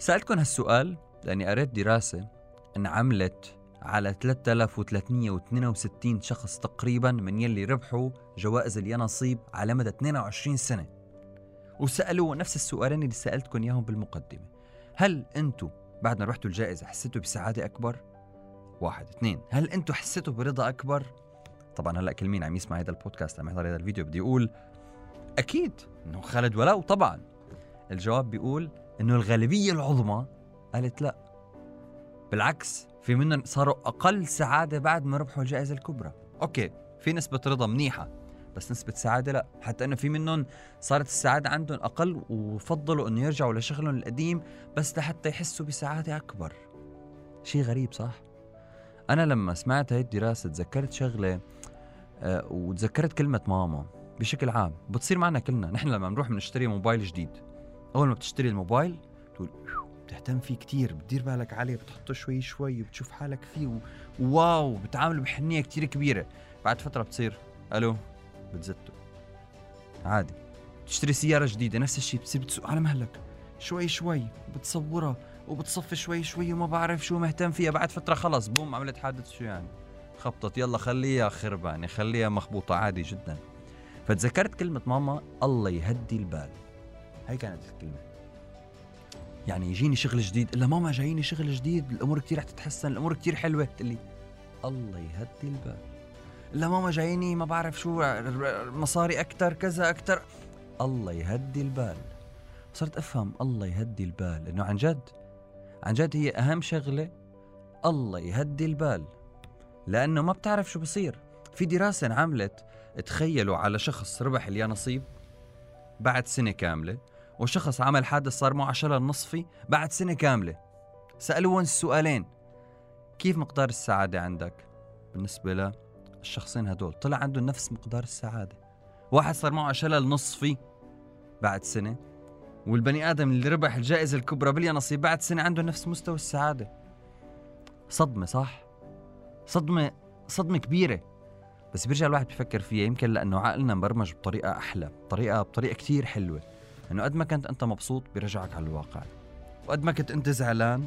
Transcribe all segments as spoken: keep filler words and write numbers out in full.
سألتكم هالسؤال لأني قريت دراسة انعملت على ثلاثة آلاف وثلاثمية واثنين وستين شخص تقريبا من يلي ربحوا جوائز اليانصيب على مدى اثنين وعشرين سنة، وسألوا نفس السؤالين اللي سألتكم إياهم بالمقدمة. هل أنتوا بعد ما رحتوا الجائزة حسيتوا بسعادة أكبر؟ واحد. اثنين، هل أنتوا حسيتوا برضا أكبر؟ طبعا هلأ كل مين عم يسمع هذا البودكاست عم يحضر هذا الفيديو بدي يقول أكيد إنه خالد ولو. طبعا الجواب بيقول إنه الغالبية العظمى قالت لا، بالعكس في منهم صاروا أقل سعادة بعد ما ربحوا الجائزة الكبرى. أوكي، في نسبة رضا منيحة بس نسبة سعادة لا، حتى أنه في منهم صارت السعادة عندهم أقل وفضلوا أنه يرجعوا لشغلهم القديم بس لحتى يحسوا بسعادة أكبر. شيء غريب صح؟ أنا لما سمعت هاي الدراسة تذكرت شغلة أه وتذكرت كلمة ماما بشكل عام بتصير معنا كلنا. نحن لما نروح نشتري موبايل جديد، أول ما بتشتري الموبايل تقول بتهتم فيه كتير، بتدير بالك عليه، بتحطه شوي شوي وبتشوف حالك فيه وواو، بتعامله بحنية كتير كبيرة. بعد فترة بتصير ألو بتزته عادي. تشتري سيارة جديدة نفس الشيء، بتصير بتسوق على مهلك شوي شوي، بتصورها وبتصفي شوي شوي وما بعرف شو مهتم فيها. بعد فترة خلص بوم عملت حادث، شو يعني خبطت، يلا خليها خربانة، خليها مخبوطة عادي جدا. فتذكرت كلمة ماما الله يهدي البال. هاي كانت الكلمة، يعني يجيني شغل جديد إلا ماما جاييني شغل جديد، الأمور كتير رح تتحسن، الأمور كتير حلوة، تقلي الله يهدي البال. إلا ماما جاييني ما بعرف شو مصاري أكتر كذا أكتر، الله يهدي البال. صرت أفهم الله يهدي البال إنه عن جد عن جد هي أهم شغلة، الله يهدي البال، لأنه ما بتعرف شو بصير. في دراسة انعملت تخيلوا على شخص ربح اليانصيب بعد سنة كاملة، وشخص عمل حادث صار معه شلل نصفي بعد سنة كاملة. سألوهم السؤالين كيف مقدار السعادة عندك بالنسبة للشخصين هدول؟ طلع عندهم نفس مقدار السعادة. واحد صار معه شلل نصفي بعد سنة، والبني آدم اللي ربح الجائزة الكبرى باليانصيب بعد سنة عنده نفس مستوى السعادة. صدمة صح؟ صدمة صدمة كبيرة. بس بيرجع الواحد بيفكر فيها، يمكن لأنه عقلنا مبرمج بطريقة أحلى، بطريقة بطريقة كتير حلوة، إنه قد ما كنت أنت مبسوط بيرجعك على الواقع، وقد ما كنت أنت زعلان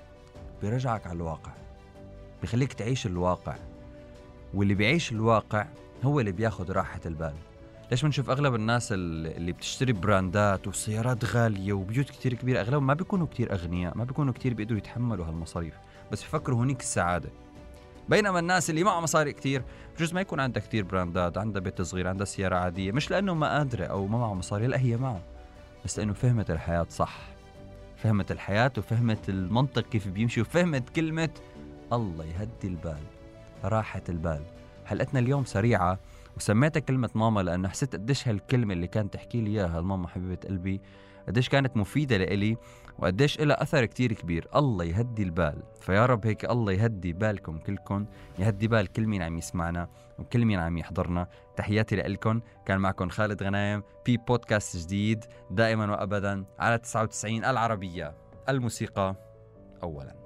بيرجعك على الواقع، بيخليك تعيش الواقع. واللي بيعيش الواقع هو اللي بياخد راحة البال. ليش بنشوف أغلب الناس اللي بتشتري براندات وسيارات غالية وبيوت كتير كبيرة أغلبهم ما بيكونوا كتير أغنياء، ما بيكونوا كتير بيقدروا يتحملوا هالمصاريف، بس بيفكروا هونيك السعادة. بينما الناس اللي معه مصاري كتير بجوز ما يكون عندها كتير براندات، عندها بيت صغير، عندها سيارة عادية، مش لأنه ما قادرة أو ما معه مصاري، لا هي معه، بس لأنه فهمت الحياة صح، فهمت الحياة وفهمت المنطق كيف بيمشي، وفهمت كلمة الله يهدي البال، راحة البال. حلقتنا اليوم سريعة وسميتها كلمة ماما لأنه حسيت قديش هالكلمة اللي كانت تحكي لي إياها الماما حبيبة قلبي قديش كانت مفيدة لإلي، وقديش إلها أثر كتير كبير. الله يهدي البال. فيا رب هيك الله يهدي بالكم كلكم، يهدي بال كل مين عم يسمعنا وكل مين عم يحضرنا. تحياتي لإلكم. كان معكم خالد غنايم في بودكاست جديد دائما وأبدا على تسعة وتسعين العربية، الموسيقى أولا.